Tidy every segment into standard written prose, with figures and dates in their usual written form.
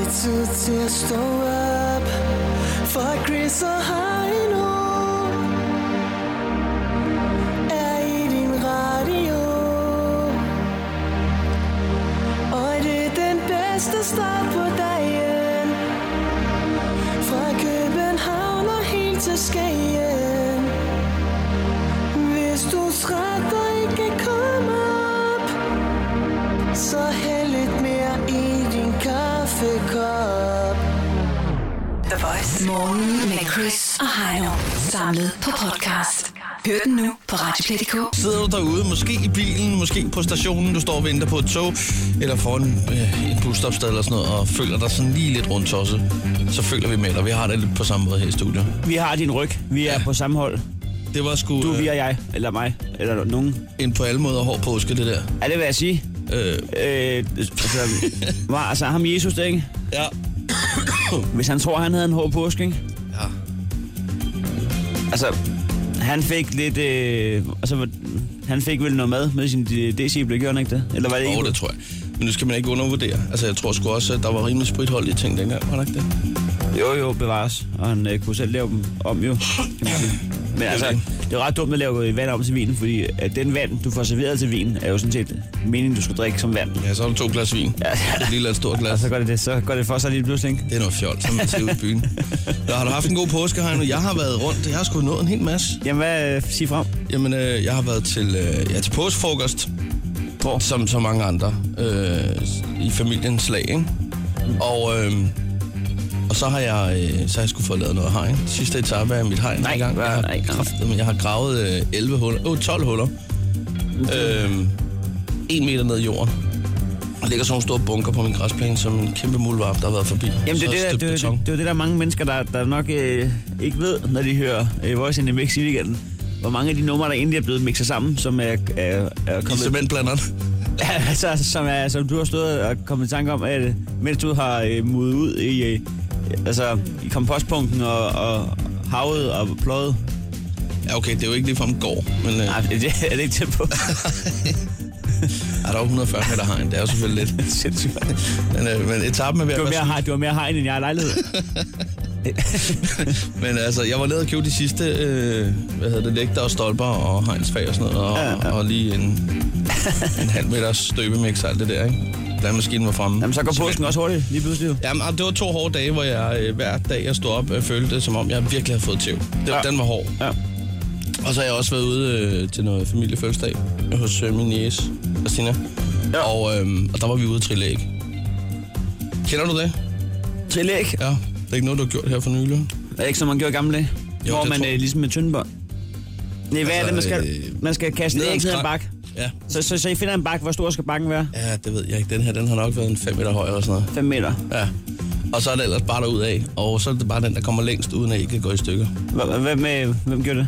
tid til at stå op for Chris og Heino er i din radio. Og det er den bedste start på dagen. Fra København og helt til Skagen. Hvis du er træt og ikke kan komme op, så hæld lidt mere i din kaffekop. The Voice. Morgen med Chris og Heino. Samlet på podcast. Hør den nu på Radioplay.dk. Sidder du derude, måske i bilen, måske på stationen, du står og venter på et tog, eller foran en busstopsted eller sådan noget, og føler dig sådan lige lidt rundt også, så føler vi med dig. Vi har det lidt på samme måde her i studiet. Vi har din ryg. Vi er på samme hold. Det var sgu... Du, vi og jeg, eller mig, eller nogen. En på alle måder hård påske, det der. Ja, det vil jeg sige. Altså ham Jesus, det, ikke? Ja. Hvis han tror, han havde en hård påske, ikke? Ja. Altså, han fik lidt... han fik vel noget mad med sin disciple, gjorde han ikke det? Eller var det ikke? Det tror jeg. Men nu skal man ikke undervurdere. Altså, jeg tror sgu også, at der var rimelig spritholdige ting dengang, var der ikke det? Jo, bevares. Og han kunne selv lave dem om, jo. Men altså, det er ret dumt at lave vand om til vin, fordi at den vand, du får serveret til vin, er jo sådan set meningen, du skal drikke som vand. Ja, så har du 2 glas vin. Ja. Et lille og et stort glas. Og så går det for sig lige pludselig, ikke? Det er noget fjol, som man ser ud i byen. Så har du haft en god påske, Heino? Jeg har været rundt. Jeg har sgu nået en hel masse. Jamen, hvad sig frem? Jamen, jeg har været til påskefrokost. Som så mange andre i familiens slag, ikke? Og så har jeg sgu fået lavet noget hegn. Sidste etape af mit hegn i gang. Jeg har gravet 12 huller. 1 meter ned i jorden. Der ligger sådan nogle store bunker på min græsplæne, som en kæmpe muldvarp, der har været forbi. Jamen, det er det, der er mange mennesker, der nok ikke ved, når de hører Voice in the Mix i weekenden. Hvor mange af de numre, der egentlig er blevet mixet sammen, som er kommet... I cementblanderen? Ja, altså, som du har stået og kommet i tanke om, at mens du har mudet ud i kompostpunkten og havet og pløjet. Ja, okay, det er jo ikke ligefrem gård, men... Nej, det er det ikke tæt på. Der er 140 meter hegn, det er jo selvfølgelig lidt sindssygt. Men etappen er ved at være... Du har mere hegn, end jeg har lejlighed. Men altså, jeg var nede og købte de sidste, lægter og stolper og hegnsfag og sådan noget, og lige en halv meters støbemix og alt det der, ikke? Da maskinen var fremme. Jamen, så går påsken også hurtigt, lige pludselig. Jamen, det var 2 hårde dage, hvor jeg hver dag, jeg stod op, følte det, som om jeg virkelig havde fået tæv. Den var hård. Ja. Og så har jeg også været ude til noget familiefødselsdag hos min niece, Christina. Ja. Og der var vi ude at trille æg. Kender du det? Trille æg? Ja. Det er ikke noget, du har gjort her for nylig. Er det ikke, som man gjorde gamle dage? Jo, hvor man ligesom med tyndebånd? Nej, hvad er det, man skal? Man skal kaste æg ned i en bakke. Ja. Så I finder en bakke. Hvor stor skal bakken være? Ja, det ved jeg ikke. Den her, den har nok været en 5 meter høj eller sådan noget. 5 meter? Ja. Og så er det ellers bare derudad. Og så er det bare den, der kommer længst, uden at ægget går i stykker. Hvem gjorde det?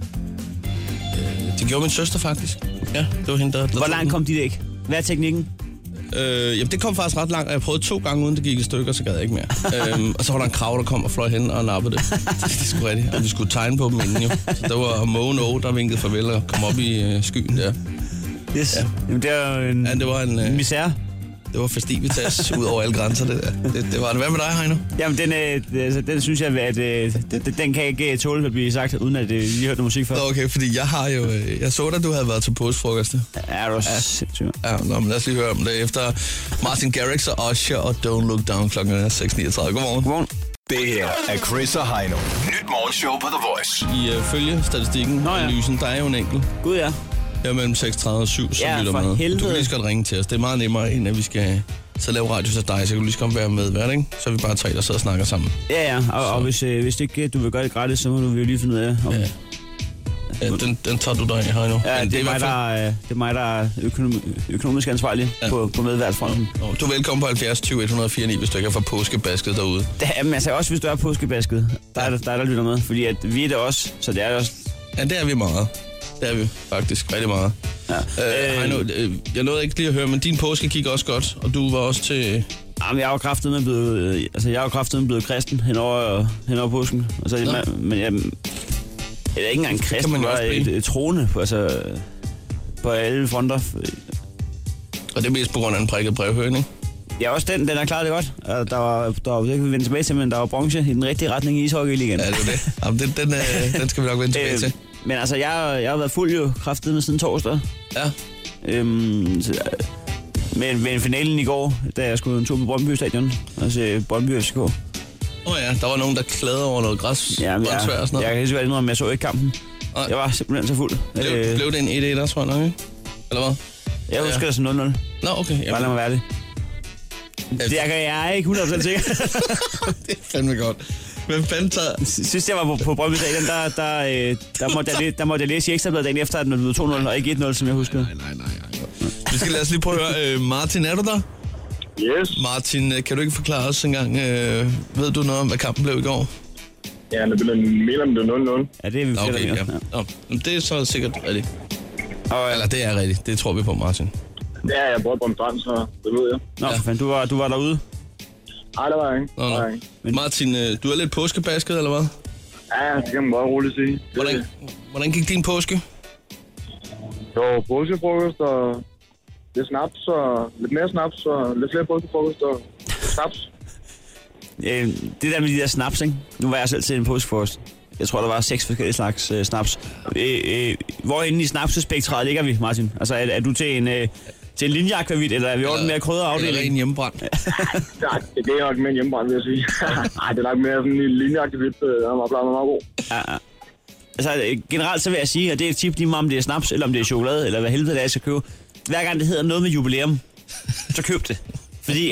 Det gjorde min søster faktisk. Ja, det var hende, der... Hvor langt kom dit æg? Hvad er teknikken? Jamen, det kom faktisk ret langt, og jeg prøvede 2 gange, uden det gik i stykker, så gad jeg ikke mere. Og så var der en krav, der kom og fløj hen og nappede det. Det skulle rigtigt. Og vi skulle tegne på dem inden jo. Så der var Moen O, der vinkede farvel og kom op i skyen der. Yes. Ja. Jamen, det er jo en misære. Det var festivitas ud over alle grænser, det der. Det var det. Hvad med dig, Heino? Jamen, den synes jeg, at den kan ikke tåle at blive sagt, uden at vi hørte musik før. Okay, fordi jeg så at du havde været til påskefrokost. Ja, det var sindssygt. Ja, men lad os lige høre om det efter Martin Garrix og Usher og Don't Look Down klokken 6:39. Godmorgen. Godmorgen. Det her er Chris og Heino. Nyt morgenshow på The Voice. I følgestatistikken, analysen, der er jo en enkelt. Gud ja. Ja, mellem 6:30 og 7, så lytter med. Helvede. Du kan lige så godt ringe til os. Det er meget nemmere, end at vi skal så lave radio til dig, så kan du lige så godt være med, hvad, ikke? Så er vi bare 3, der sidder og snakker sammen. Ja, og hvis ikke du vil gøre det gratis, så må du jo lige finde ud af. Ja, den tager du dig af, Heino. Ja, det er mig, der er økonomisk ansvarlig på medværtsfronten. Du er velkommen på 70 20 104 9, hvis du ikke er for påskebasket derude. Jamen altså også, hvis du er påskebasket, der lytter med, fordi at vi er det også, så det er også... Ja, det er vi meget. Det er vi faktisk rigtig meget. Ja. Heino, jeg nåede ikke lige at høre, men din påske gik også godt, og du var også til... Jamen, jeg er jo kraftedeme blevet kristen henover påsken. Altså, men jeg er ikke engang kristen, man var et troende på alle fronter. Og det er mest på grund af en prikket brevhøring, ikke? Ja, også den er klaret det godt. Der var det kan vi vende tilbage til, men der var bronze i den rigtige retning i ishockey-ligaen. Ja, det er det. Jamen, den skal vi nok vende tilbage til. Men altså, jeg har været fuld jo kraftigt med siden torsdag. Ja. Med finalen i går, da jeg skulle en tur på Brøndby Stadion, altså Brøndby FCK. Ja, der var nogen, der klagede over noget græs. Ja, men jeg kan ikke indrømme, jeg så ikke kampen. Nej. Jeg var simpelthen så fuld. Blev det en 1-1, tror jeg nok, ikke? Eller hvad? Jeg husker det som 0-0. Nå, okay. Jamen. Bare lad mig være det. Jeg er ikke 100% sikker. Det er fandme godt. Hvem fanden tager... Sidst jeg var på Brøndby Stadion, der måtte jeg læse i Ekstrabladet dagen efter, at den blev 2-0, og ikke 1-0, som jeg husker. Nej. Vi skal lade os lige prøve at høre. Martin, er du der? Yes. Martin, kan du ikke forklare os engang, ved du noget om, hvad kampen blev i går? Ja, det blev mellem det 0-0. Ja, det er vi okay, ja. Det er så sikkert rigtigt. Eller det er rigtigt, det tror vi på, Martin. Ja, jeg bor på en strand, så det ved jeg. Nå, men du var derude? Nej, det var jeg ikke. Men... Martin, du er lidt påskebasket, eller hvad? Ja, det kan man bare roligt sige. Hvordan gik din påske? Det var påskefrokost, og lidt snaps, og lidt mere snaps, og lidt flere påskefrokost, og snaps. Det der med de der snaps, ikke? Nu var jeg selv til en påskefrokost. Jeg tror, der var 6 forskellige slags snaps. Hvorhenne i snapsespektret ligger vi, Martin? Altså, er du til en linjeakvavit, eller er vi over den mere krydderafdeling? Eller en hjemmebrand? Nej, det er nok mere en hjemmebrand, vil jeg sige. Nej, det er nok mere sådan en linjeakvavit, der var blevet meget god. Ja. Altså, generelt så vil jeg sige, at det er et tip lige meget, om det er snaps, eller om det er chokolade, eller hvad helvede det er, jeg skal købe. Hver gang det hedder noget med jubilæum, så køb det. Fordi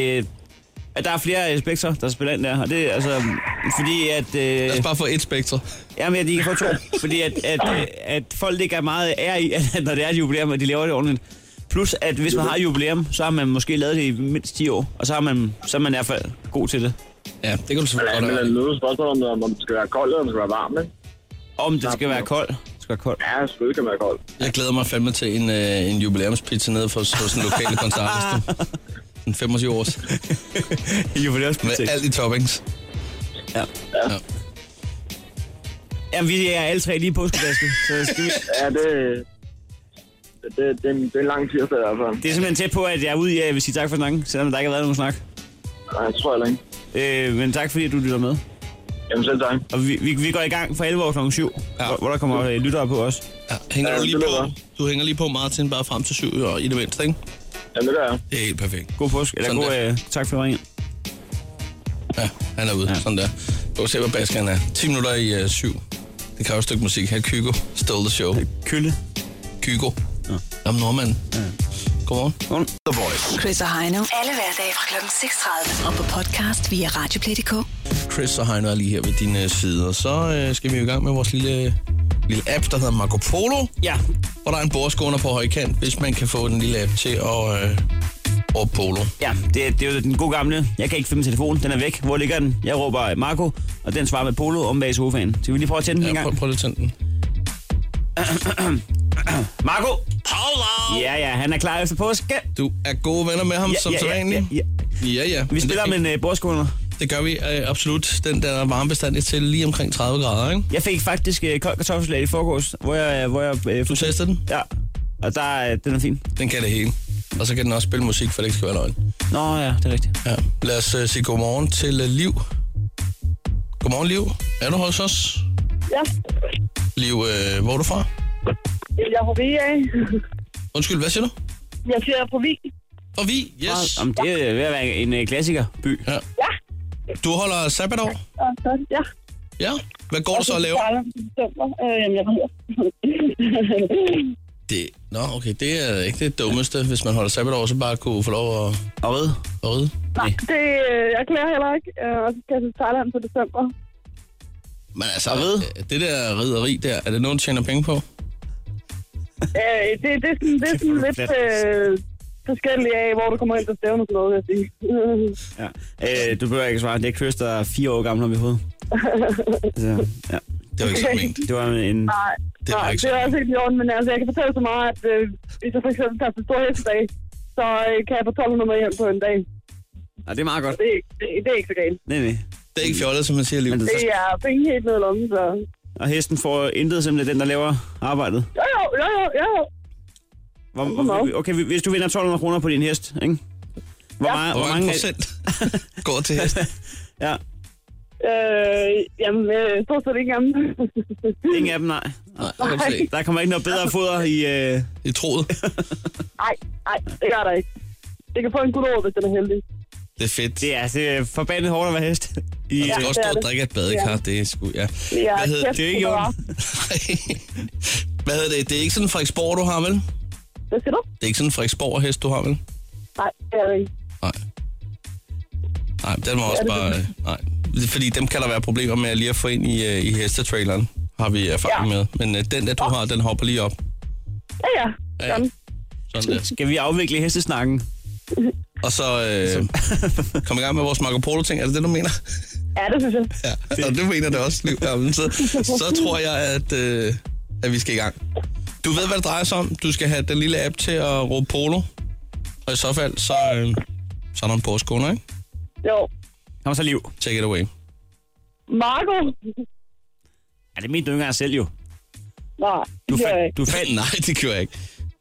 at der er flere spektrer, der spiller ind der. Og det er altså, fordi at... Lad os bare få et spektrum. Jamen, de kan få 2. Fordi at folk ikke er meget ære i, at når det er et jubilæum, at de laver det ordentligt. Plus, at hvis man har et jubilæum, så har man måske lavet det i mindst 10 år. Og så er man i hvert fald god til det. Ja, det kan du selvfølgelig godt have. Men nu er spørgsmålet om det skal være koldt, eller om det skal være varmt, ikke? Om det skal være koldt. Ja, selvfølgelig kan være koldt. Jeg glæder mig fandme til en jubilæumspizza nede for sådan en lokale koncert. En 25 års. Jubilæumspizza. Med alt i toppings. Ja. Jamen, vi er alle 3 lige på påskebasket, så skal vi... Ja, det er en lang tirsdag i hvert fald. Det er simpelthen tæt på, at jeg er ude i, at jeg vil sige tak for snakken, selvom der ikke har været nogen snak. Nej, det tror jeg ikke. Men tak fordi du lytter med. Jamen selv tak. Og vi går i gang fra 11 år kl. 7, hvor der kommer lyttere på os. Ja, hænger du lige på? Du hænger lige på, Martin, bare frem til 7 og i det mindste, ikke? Jamen det gør jeg. Det er helt perfekt. God påske. Eller tak for at ringe. Ja, han er ude. Ja. Sådan der. Du kan se, hvad basken er. 10 minutter i 7. Det kan jo et stykke musik. Her Kygo stole the show. Kylle. Kygo. Ja. Jamen, nordmand. Ja. Godmorgen. The Voice. Chris og Heino. Alle hverdage fra kl. 6:30. Og på podcast via Radioplay.dk. Chris og Heino er lige her ved dine sider. Så skal vi jo i gang med vores lille app, der hedder Marco Polo. Ja. Hvor der er en bordskåner på højkant, hvis man kan få den lille app til at Polo. Ja, det er jo den gode gamle. Jeg kan ikke finde telefonen, den er væk. Hvor ligger den? Jeg råber Marco, og den svarer med Polo om bag sofaen. Skal vi lige prøve at tænde den en gang? Prøv at tænde den. Marco! Hello! Ja, han er klar efter påske. Du er gode venner med ham, som sædvanligt? Ja. Vi spiller med en bordskåner. Det gør vi absolut. Den der er varmebestandig til lige omkring 30 grader, ikke? Jeg fik faktisk kold kartoffelsalat i forgårs, hvor jeg du testede den? Ja, og den er fin. Den kan det hele. Og så kan den også spille musik, for det ikke skal være løgn. Nå ja, det er rigtigt. Ja. Lad os sige godmorgen til Liv. Godmorgen, Liv. Er du hos os? Ja. Liv, hvor er du fra? Jeg er fra Vig af. Undskyld, hvad siger du? Jeg siger fra Vig. Fra Vig, yes. Jamen, det er ved at være en klassikerby. Ja. Du holder sabbatår? Ja. Ja? Hvad går du så at lave? Jamen, jeg ved. Okay, det er ikke det dummeste, hvis man holder sabbatår, så bare kunne få lov at ride. Nej, jeg klarer heller ikke. Og så skal jeg til Thailand for december. Men altså, det der rideri der, er det nogen, der tjener penge på? Det er sådan lidt forskelligt af, hvor du kommer ind til stævne og sådan noget, vil jeg sige. Ja. Du behøver ikke svare. Det er Chris, der er 4 år gammel, har vi hovedet. Så, ja. Det var ikke så ment. Det var en... Nej, det er også helt i orden, men altså, jeg kan fortælle så meget, at hvis jeg for eksempel tager til stor hestedag, så kan jeg få 1200 med hjem på en dag. Ja, det er meget godt. Det er ikke så galt. Nej. Det er ikke fjollet, som man siger, Liv. Det er penge helt ned i lommen, så... Og hesten får intet, simpelthen den, der laver arbejdet? Jo. Okay, hvis du vinder 1200 kroner på din hest, ikke? Hvor mange procent går til hest? Ja. Jamen, stort set ikke jamen. Ingen af dem, nej. Nej. Der kommer ikke noget bedre foder I troet. Nej, det gør der ikke. Det kan få en god ord, hvis den er heldig. Det er fedt. Det er forbandet hårdt at være hest. Man skal også stå og drikke et badekar. Det er sgu, ja. Det er ikke jo. Hvad hedder det? Det er ikke sådan en Frederiksborg, du har, vel? Hvad siger du? Det er ikke sådan en Frederiksborg-hest, du har, vel? Nej, det er det ikke. Nej, den var også bare... Nej. Fordi dem kan der være problemer med lige at få ind i hestetraileren, har vi erfaring med. Men den der, du har, den hopper lige op. Ja. Sådan der. Skal vi afvikle hestesnakken? Og så kom i gang med vores Marco Polo-ting. Er det det, du mener? Ja, det synes jeg. Ja, og det mener det også, Liv. Jamen, så tror jeg, at vi skal i gang. Du ved, hvad det drejer sig om. Du skal have den lille app til at råbe polo. Og i så fald, så er der en påskåner, ikke? Jo. Kom så, Liv. Take it away. Marco? Ja, det mente du ikke engang selv, jo. Nej, det gør jeg ikke. Du fandt... Nej, det gjorde jeg ikke.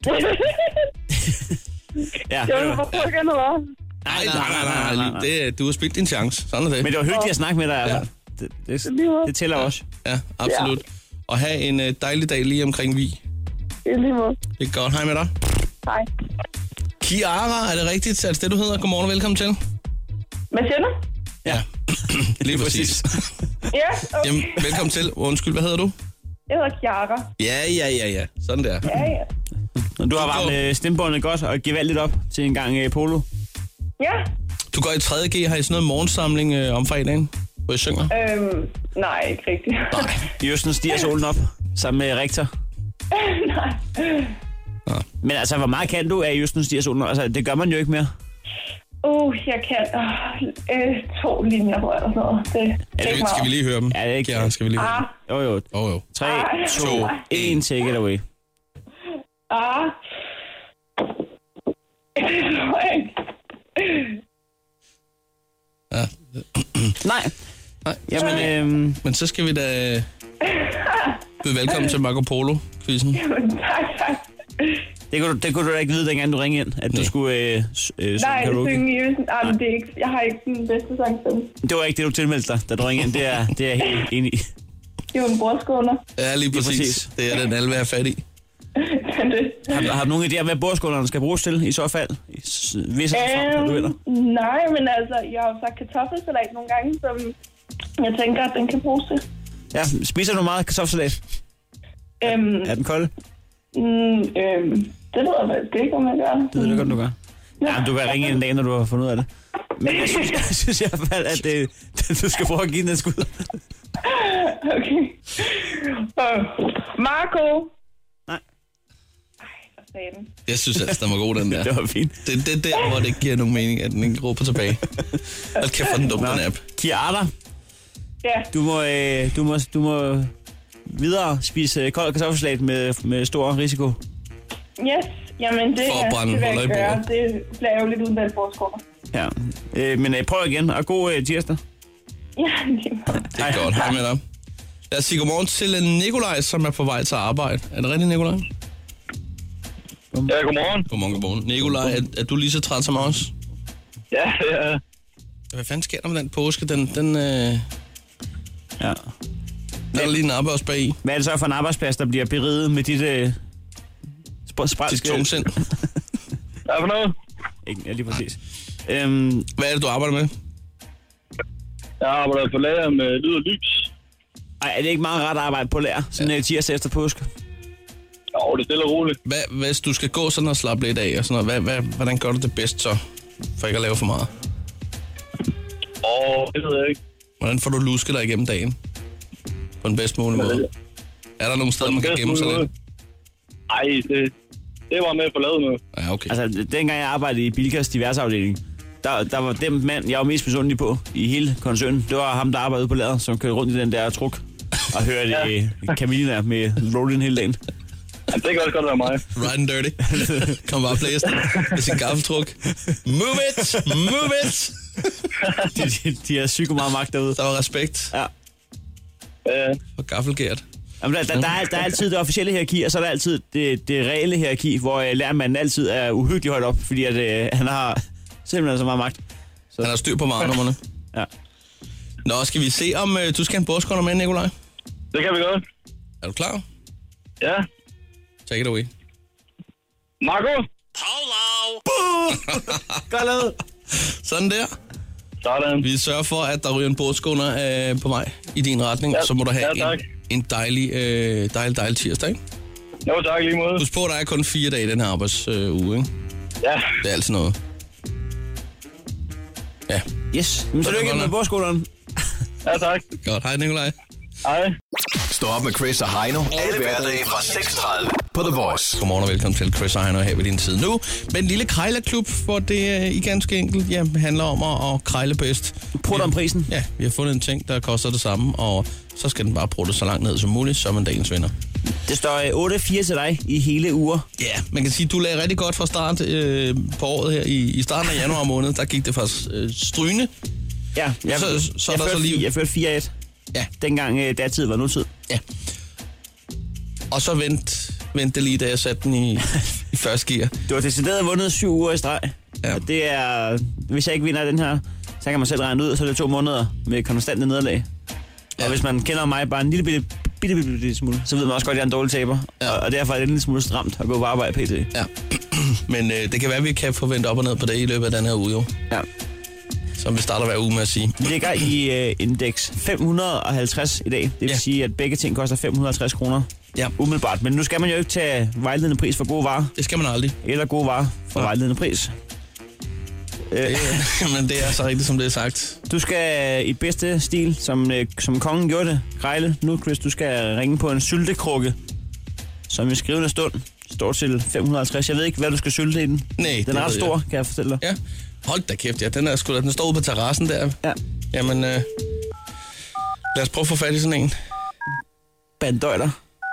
Ja, Jeg vil bare prøve igen, eller Nej. Du har spildt din chance. Sådan er det. Men det var hyggeligt at snakke med dig, altså. Ja. Det tæller også. Ja, absolut. Og have en dejlig dag lige omkring Vig. I lige måde. Det er godt. Hej med dig. Hej. Kiara, er det rigtigt? Er det det, du hedder? Godmorgen og velkommen til. Hvad siger du? Ja, lige præcis. Ja, okay. Jamen, velkommen til. Undskyld, hvad hedder du? Jeg hedder Kiara. Ja. Sådan der. Ja. Du har varmet stemmebåndet godt og gevaldigt op til en gang polo. Ja. Du går i 3.G. Har I sådan noget morgensamling om fredagen, hvor I synger? Nej, ikke rigtigt. Nej. Jøsten stiger solen op sammen med rektor. Nej. Men altså, hvor meget kan du af Jøsten stiger solen op? Altså, det gør man jo ikke mere. Jeg kan 2 linjer, tror jeg, eller sådan noget. Det er ikke meget. Skal vi lige høre dem? Ja, det er ikke... Ja, skal vi lige høre dem? Jo. 3, 2, 1, take it away. Ja. Nej. Jamen, Men så skal vi da byde velkommen til Marco Polo-quizzen. Tak. Det kunne du da ikke vide, dengang du ringede ind, at du skulle synge karaoke. synge i øsen. Det er ikke, jeg har ikke den bedste sangstemme. Det var ikke det, du tilmeldte dig, da du ringede ind. Det er jeg helt enig i. Det var en bordskåner. Ja, lige præcis. Det er den alle vil have fat i. Har du nogle idéer, hvad bordskålerne skal bruges til, i så fald? Hvis du ved. Nej, men altså, jeg har jo sagt kartoffelsalat nogle gange, som jeg tænker, at den kan bruges til. Ja, spiser du meget kartoffelsalat? Er den kold? Det ved jeg faktisk ikke, om jeg gør. Det ved du godt, du gør. Ja, du kan ringe en dag, når du har fundet ud af det. Men jeg synes i hvert fald, at du skal prøve at give den et skud. Okay. Marco. Nej. Jeg synes altså, den var god, den der. Det var fint. Det er der, hvor det ikke giver nogen mening, at den ikke råber tilbage. Hold kæft, for den dumme, den app. Kiara. Ja. Du må videre spise kold kartoffelsalat med stor risiko. Yes. Jamen, det vil jeg gøre. Det bliver jo lidt uden den forskåner. Ja. Men prøv igen, og god tirsdag. Ja, lige måde. Det er godt. Hej med dig. Lad os sige godmorgen til Nikolaj, som er på vej til arbejde. Er det rigtigt, Nikolaj? Ja, godmorgen. Godmorgen. Nikolaj, er du lige så træt som os? Ja. Hvad fanden sker der med den påske? Den Ja. der er lige nappe os bag i. Hvad er det så for en arbejdsplads, der bliver beriget med dit Dit tungsind. Hvad for noget? Ikke, ja, lige præcis. Hvad er det, du arbejder med? Jeg arbejder på lager med lyd og lys. Ej, er det ikke meget ret at arbejde på lager, sådan en tirsdag efter påske? Jo, det er stille og roligt. Hvis du skal gå sådan og slappe lidt af og sådan noget, hvordan gør du det bedst så, for ikke at lave for meget? Det ved jeg ikke. Hvordan får du lusket dig igennem dagen? På den bedst mulige måde? Er der nogle steder, man kan gemme sig lidt? Nej, det var med at få lavet noget. Ja, okay. Altså, dengang jeg arbejdede i Bilkas diverseafdeling, der var den mand, jeg var mest misundelig på i hele koncernen. Det var ham, der arbejdede ude på lader, som kørte rundt i den der truk og hørte Camilla med Rolling hele dagen. Ja, det kan også godt være mig. Right and dirty. Kom bare blæsende med sin gaffeltruk. Move it! De har psyko meget magt derude. Der var respekt. Ja. For gaffelgært. Jamen, der er altid det officielle hierarki, og så er der altid det reelle hierarki, hvor lærermanden altid er uhyggeligt højt op, fordi at, han har Simpelthen så meget magt. Han har styr på varenummerne. Ja. Nå, skal vi se, om du skal have en bordskunder med, Nikolaj? Det kan vi godt. Er du klar? Ja. Take it away. Marco? Godt lavet. Sådan der. Sådan. Vi sørger for, at der ryger en bordskunder på vej i din retning, og så må du have en dejlig tirsdag, ikke? Jo, tak lige måde. Husk på, at der er kun 4 dage i den her arbejdsuge, ikke? Ja. Det er altid noget. Ja. Yes. Men så lykke med bordskulderen. Ja, tak. Godt. Hej, Nikolaj. Hej. Stå op med Chris og Heino. Alle hverdage fra 6:30 på The Voice. Godmorgen og velkommen til Chris og Heino her ved din tid nu. Med en lille krejlerklub, hvor det i ganske enkelt handler om at krejle bedst. Prøv om prisen. Ja, vi har fundet en ting, der koster det samme, og så skal den bare bruge så langt ned som muligt, så er man dagens vinder. Det står 8-4 til dig i hele uger. Ja, man kan sige, at du lagde rigtig godt fra start på året her. I starten af januar måned, der gik det faktisk strygende. Ja, jeg førte 4-1. Ja. Dengang datid var nutid. Ja. Og så vent det lige, da jeg satte den i første gear. Du har decideret vundet 7 uger i streg. Ja. Og det er, hvis jeg ikke vinder den her, så kan man selv regne ud, så er det 2 måneder med konstante nederlag. Ja. Og hvis man kender mig bare en lille bitte smule, så ved man også godt, at jeg er en dårlig taber. Ja. Og derfor er det en lille smule stramt at gå på arbejde pt. Ja. Men det kan være, at vi kan forvente op og ned på det i løbet af den her uge, jo. Ja. Som vi starter hver uge med at sige. Vi ligger i indeks 550 i dag. Det vil sige, at begge ting koster 550 kroner. Ja. Umiddelbart. Men nu skal man jo ikke tage vejledende pris for gode varer. Det skal man aldrig. Eller gode varer for vejledende pris. Men det er så rigtigt, som det er sagt. Du skal i bedste stil, som kongen gjorde det, Grejle. Nu, Chris, du skal ringe på en syltekrukke, som i skrivende stund står til 550. Jeg ved ikke, hvad du skal sylte i den. Nej, den er ret stor, kan jeg fortælle dig. Ja. Hold da kæft, ja. Den står ude på terrassen der. Ja. Jamen, lad os prøve at få fat i sådan en. Bandøjler.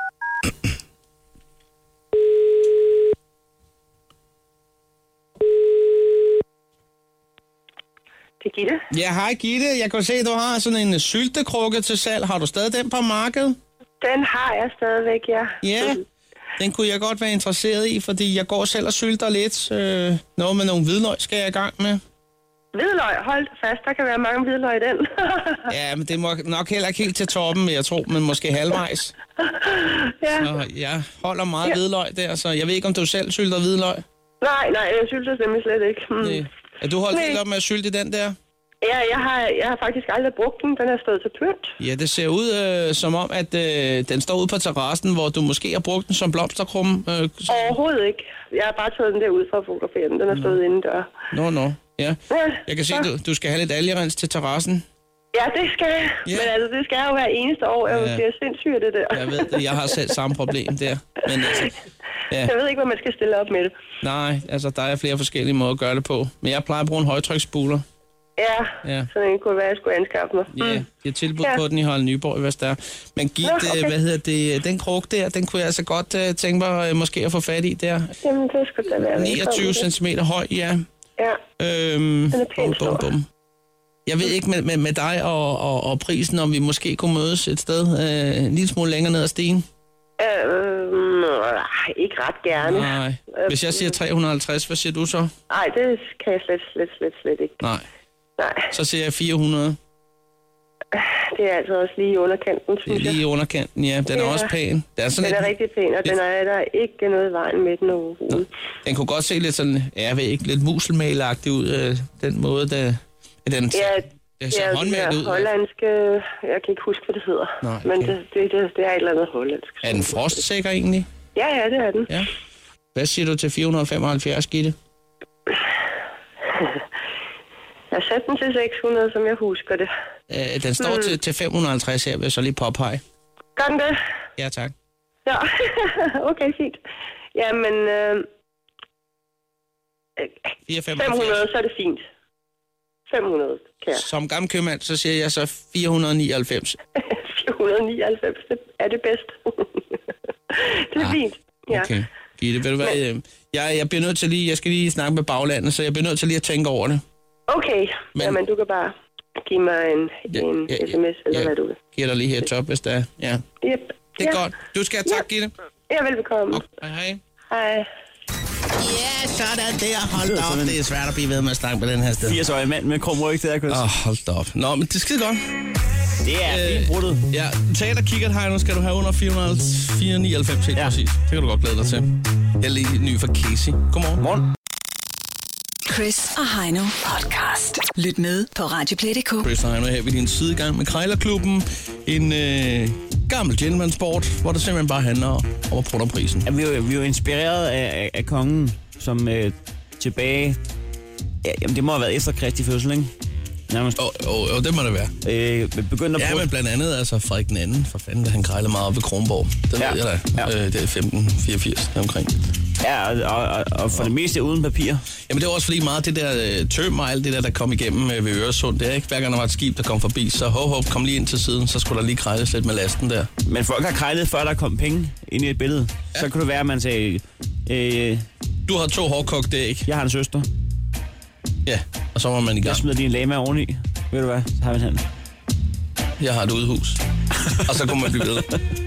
Det er Gitte. Ja, hej Gitte. Jeg kan se, du har sådan en syltekrukke til salg. Har du stadig den på markedet? Den har jeg stadigvæk, ja. Ja, den kunne jeg godt være interesseret i, fordi jeg går selv og sylter lidt. Noget med nogle hvidløg skal jeg i gang med. Hvidløg, hold fast. Der kan være mange hvidløg i den. Ja, men det må nok heller ikke helt til toppen, jeg tror, men måske halvvejs. Ja. Så jeg holder meget hvidløg der, så jeg ved ikke, om du selv sylter hvidløg. Nej, jeg sylter nemlig slet ikke. Nej. Er du holdt helt op med at sylte den der? Ja, jeg har faktisk aldrig brugt den. Den er stået til pynt. Ja, det ser ud som om, at den står ude på terrassen, hvor du måske har brugt den som blomsterkrumme. Overhovedet ikke. Jeg har bare taget den der ud for at fotografere den. Den er stået indendør. Nå. Ja. Jeg kan se, du skal have lidt algerens til terrassen. Ja, det skal jeg. Yeah. Men altså, det skal jeg jo hver eneste år. Jeg bliver sindssyg af det der. Jeg ved det. Jeg har selv samme problem der. Men altså, jeg ved ikke, hvad man skal stille op med det. Nej, altså, der er flere forskellige måder at gøre det på. Men jeg plejer at bruge en højtryksspuler. Ja, så den kunne være, at jeg skulle anskaffe mig. Ja, jeg er tilbudt på den i Harald Nyborg i Vestær. Men Gitte, den krog der, den kunne jeg altså godt tænke mig måske at få fat i der. Jamen, det skulle da være 29 cm høj, ja. Ja, den er pænt stor. Jeg ved ikke med dig og prisen, om vi måske kunne mødes et sted en lille smule længere ned ad stien. Ikke ret gerne. Nej. Hvis jeg siger 350, hvad siger du så? Nej, det kan jeg slet ikke. Nej. Så siger jeg 400. Det er altså også lige i underkanten, synes jeg. Det er lige i underkanten, ja. Den er også pæn. Den er rigtig pæn, og der er ikke noget i vejen med den overhovedet. Den kunne godt se lidt sådan, jeg ved ikke, lidt muselmalagtig ud, den måde, den ser håndmalet ud. Hollandske, jeg kan ikke huske, hvad det hedder. Nej, okay. Men det er et eller andet hollandsk. Er den frostsikker egentlig? Ja, det er den. Ja. Hvad siger du til 475, Gitte? Jeg har sat den til 600, som jeg husker det. Den står til 550 her, vil jeg så lige påpege. Gør den det? Ja, tak. Ja, okay, fint. Jamen, 500, så er det fint. 500, kan jeg. Som gammel købmand, så siger jeg så 499. 499, det er det bedste. Det er fint. Ja. Okay. Gitte, ved du hvad? Jeg bliver nødt til jeg skal lige snakke med baglandet, så jeg bliver nødt til lige at tænke over det. Okay, jamen du kan bare give mig en sms, eller hvad du vil. Giver dig lige her top, hvis der er. Ja. Yep. Det er godt. Du skal have tak, Gitte. Ja, velbekomme. Okay. Hej. Hej. Ja, sådan der. Hold da op, det er svært at blive ved med at snakke på den her sted. 80-årig mand med krum ryg, det der, Chris. Hold da op. Nå, men det er skide godt. Det er fint bruttet. Ja, teaterkikkert her nu skal du have under 499 helt præcis. Det kan du godt glæde dig til. Jeg er lige ny fra Casey. Godmorgen. Morgen. Chris og Heino podcast. Lyt med på radioplay.dk. Chris og Heino her ved din side i gang med Krejlerklubben. En gammel gentleman-sport, hvor det simpelthen bare handler om at prutte prisen. Ja, vi er jo inspireret af kongen, som tilbage... Ja, jamen, det må have været efter Kristi fødsel, ikke? Nærmest. Det må det være. Begyndte at men blandt andet altså Frederik den anden, for fanden, da han krejlede meget op ved Kronborg. Det ved jeg da. Ja. Det er 1584 omkring. Ja, og for det meste uden papir. Jamen det var også fordi meget det der tøm og alt det der kom igennem ved Øresund. Det er ikke hver gang der var et skib, der kom forbi, så kom lige ind til siden, så skulle der lige krejles lidt med lasten der. Men folk har krejlet, før der kom penge ind i et billede. Ja. Så kunne det være, at man sagde... Du har 2 hårdkogte æg. Jeg har en søster. Ja, og så var man i gang. Jeg smider lige en lama oveni. Ved du hvad? Så har vi en hand. Jeg har et udehus. Og så kunne man blive ved.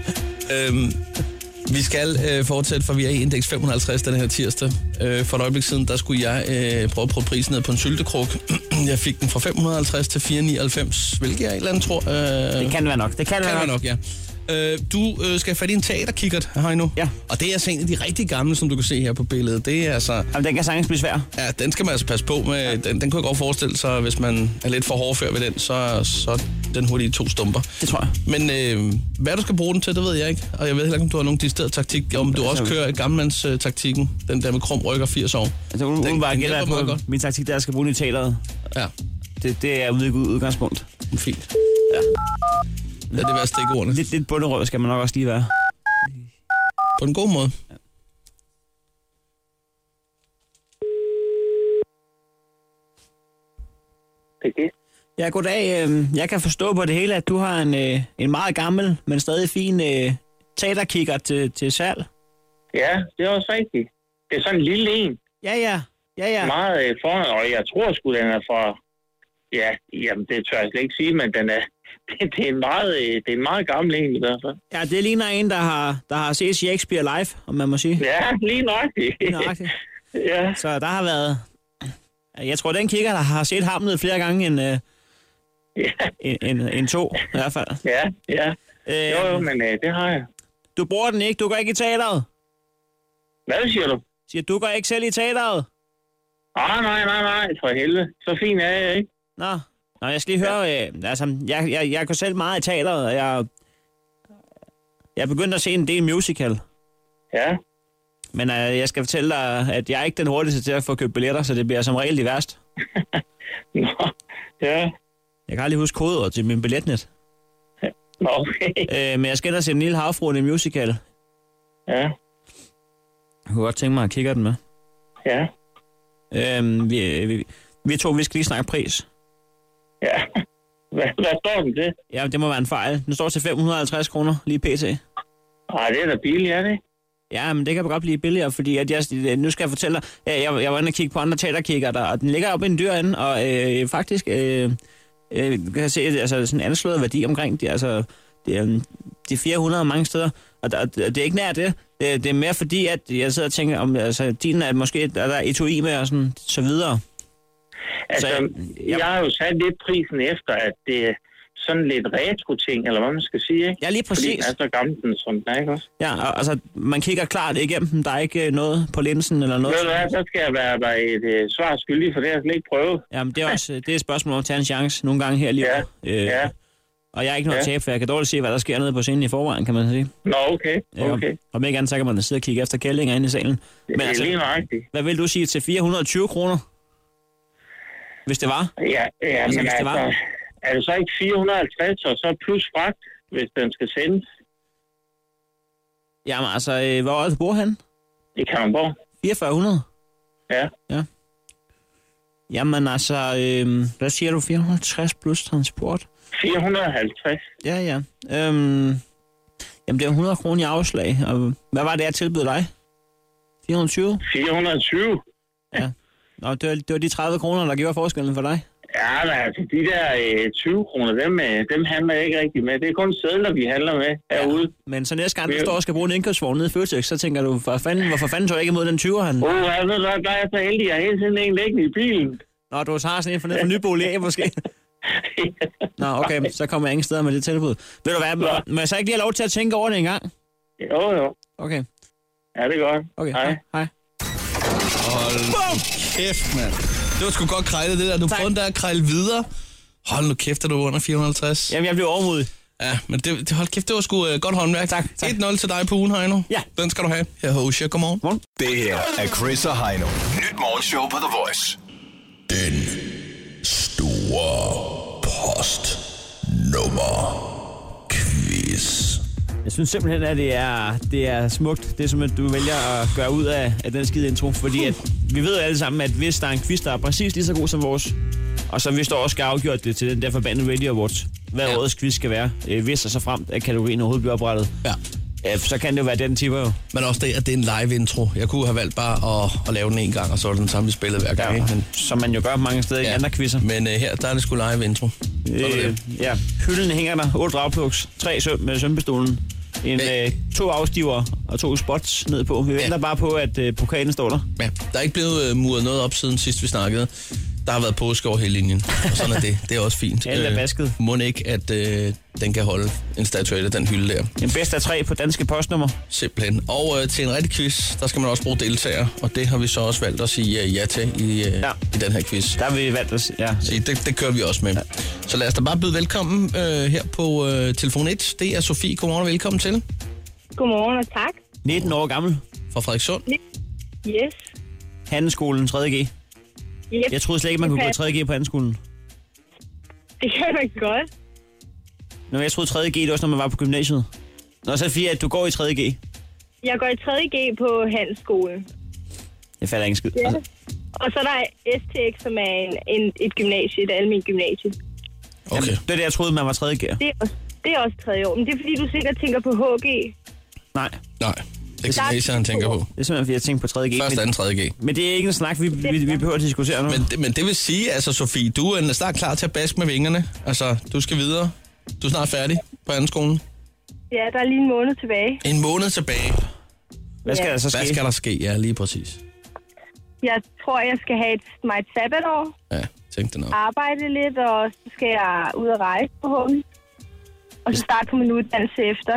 Vi skal fortsætte, for vi er i indeks 550 den her tirsdag. For et øjeblik siden, der skulle jeg prøve at prøve prisen ned på en syltekruk. Jeg fik den fra 550 til 499, hvilket jeg et eller andet tror... Det kan være nok. Det kan være nok, ja. Du skal fat i en teaterkikkert her nu. Ja. Og det er altså en af de rigtig gamle, som du kan se her på billedet. Det er altså... Jamen, den kan sagtens blive svær. Ja, den skal man altså passe på med. Ja. Den kunne jeg godt forestille sig, hvis man er lidt for hårdfør ved den, så den hurtigt 2 stumper. Det tror jeg. Men hvad du skal bruge den til, det ved jeg ikke. Og jeg ved heller ikke, om du har nogen decideret taktik. Om du også kører gammelmandstaktikken. Den der med krum ryg og 80 år. Altså, den bare gælder på godt. Min taktik, der skal bruge den i teateret. Ja. Det er udgangspunkt. Fint. Ja. Lad det være stikordene. Lidt bunderøv skal man nok også lige være. På en god måde. Ja. Okay. Ja, goddag. Jeg kan forstå på det hele, at du har en meget gammel, men stadig fin teaterkikkert til salg. Ja, det er også rigtigt. Det er sådan en lille en. Ja. Meget foran, og jeg tror sgu, den er fra... Ja, jamen det tør jeg slet ikke sige, men den er... Det er en meget gammel en i hvert fald. Ja, det ligner en, der har set Shakespeare live, om man må sige. Ja, lige nøjagtigt. Ja. Så der har været... Jeg tror, den kikker, der har set Hamlet flere gange end 2, i hvert fald. Ja. Jo, men det har jeg. Du bruger den ikke? Du går ikke i teateret? Hvad siger du? Siger du går ikke selv i teateret? Nej, for helvede. Så fin er jeg ikke. Nå, jeg skal lige høre, altså, jeg går selv meget i teateret, og jeg er begyndt at se en del musical. Ja. Men jeg skal fortælle dig, at jeg er ikke den hurtigste til at få købt billetter, så det bliver som regel de værst. Nå, ja. Jeg kan aldrig huske koder til min billetnet. Nå, okay. Men jeg skal ellers se en lille havfruende musical. Ja. Jeg kunne godt tænke mig at kigge den med. Ja. Vi skal lige snakke pris. Ja. Hvad står den til? Ja, det må være en fejl. Den står til 550 kroner lige pt. Ej, det er da billigt, er det? Ja, men det kan godt blive billigere, fordi at nu skal jeg fortælle dig, jeg var inde og kigge på andre teaterkikker der, og den ligger oppe i en dyr ende, og faktisk kan jeg se altså, sådan en anslået værdi omkring det, altså det er 400 mange steder, og det er ikke nær det. Det er mere fordi, at jeg sidder og tænker, om altså, din er måske der er etui med og sådan, så videre. Altså, jeg har jo sat lidt prisen efter, at det er sådan lidt retro-ting, eller hvad man skal sige, ikke? Ja, lige præcis. Fordi den er så gammel, som den er, ikke også? Ja, altså, man kigger klart igennem dem. Der er ikke noget på linsen eller noget. Ved du hvad, så skal jeg være et svar skyldig, for det har jeg slet ikke prøvet. Jamen, det er også det er et spørgsmål om at tage en chance nogle gange her lige. Ja. Og jeg er ikke noget tab, for jeg kan dårligt se, hvad der sker nede på scenen i forvejen, kan man sige. Nå, okay. Om ikke andet, så kan man sidde og kigge efter kællinger inde i salen. Men altså, lige nøjagtigt. Hvad vil du sige til 420 kroner? Hvis det var? Ja, altså, men altså, er det så ikke 450, og så plus fragt, hvis den skal sendes? Jamen altså, hvor er det bor han? I Kalundborg. 4400? Ja. Jamen altså, hvad siger du? 450 plus transport? 450. Ja. Jamen det er 100 kroner i afslag, og hvad var det, jeg tilbød dig? 420? 420? Ja. Nå, det var de 30 kroner, der gjorde forskellen for dig? Ja, men altså, de der 20 kroner, dem handler jeg ikke rigtig med. Det er kun sedler, vi handler med herude. Ja, men så næste gang, du står og skal bruge en indkøbsvogn nede i Føtex, så tænker du, hvorfor fanden tog jeg ikke imod den 20'er han? Jeg ved godt, der er så heldig, jeg har hele tiden en liggende i bilen. Nå, du har sådan en for Nybo Læge, måske? Nå, okay, så kommer jeg ingen steder med det tilbud. Ved du hvad, må jeg så ikke lige have lov til at tænke over det en gang? Jo. Okay. Ja, det er godt. Okay, hej. Hold kæft, mand. Det var sgu godt krejlet, det der. Du prøvede der at krejle videre. Hold nu kæft, er du under 450. Jamen, jeg blev overmodig. Ja, men hold kæft, det var sgu godt håndværk. Tak. 1-0 til dig på ugen, Heino. Ja. Den skal du have. Her hos jer. Godmorgen. Det her er Chris og Heino. Nyt morgenshow på The Voice. Den store postnummer quiz. Jeg synes simpelthen, at det er smukt, det som du vælger at gøre ud af den skide intro, fordi at vi ved jo alle sammen, at hvis der er en quiz, der er præcis lige så god som vores, og så hvis der også skal afgjort det til den der forbandede Radio Awards, hvad årets quiz skal være, hvis og så frem, at kategorien overhovedet bliver oprettet. Ja, så kan det jo være den tipper jo. Men også det, at det er en live intro. Jeg kunne have valgt bare at lave den en gang, og så er det den samme, vi spillede hver gang. Ja, men, som man jo gør mange steder i andre quizzer. Men her, der er det sgu live intro. Ja, hylden hænger der. 8 dragplugs, 3 søm med sømpestolen. 2 afstiver og 2 spots ned på. Vi venter bare på, at pokalen står der. Ja, der er ikke blevet muret noget op siden sidst vi snakkede. Der har været påske over hele linjen, og sådan er det. Det er også fint. Alt er vasket. Må ikke, at den kan holde en statuette, den hylde der. En bedst af 3 på danske postnummer. Simpelthen. Og til en rigtig quiz, der skal man også bruge deltagere, og det har vi så også valgt at sige ja til i den her quiz. Der har vi valgt at sige Så det kører vi også med. Ja. Så lad os da bare byde velkommen her på telefon 1. Det er Sofie. Godmorgen og velkommen til. Godmorgen og tak. 19 år gammel. Fra Frederikssund. Yes. Handelsskolen 3.G. Yep. Jeg troede slet ikke, man kunne gå 3.G på handelsskolen. Det kan man godt. Nå, jeg troede 3.G, det var, når man var på gymnasiet. Nå, så Fie, at du går i 3.G. Jeg går i 3.G på handelsskolen. Jeg falder ingen skid. Ja. Og så er der STX, som er et gymnasie, et almindeligt gymnasie. Okay. Jamen, det er det, jeg troede, man var 3.G. Det er også 3. år, men det er fordi, du sikkert tænker på HG. Nej. Det er gymnasiet, han tænker på. Det er simpelthen, fordi jeg tænker på 3.G. Først anden 3.G. Men det er ikke en snak, vi behøver at diskutere nu. Men det vil sige, altså Sofie, du er snart klar til at baske med vingerne. Altså, du skal videre. Du er snart færdig på anden skolen. Ja, der er lige en måned tilbage. En måned tilbage. Hvad skal der så ske? Hvad skal der ske? Ja, lige præcis. Jeg tror, jeg skal have et sabbatår. Ja, tænk det nok. Arbejde lidt, og så skal jeg ud og rejse forhåbentlig. Og så starte på min uddannelse efter.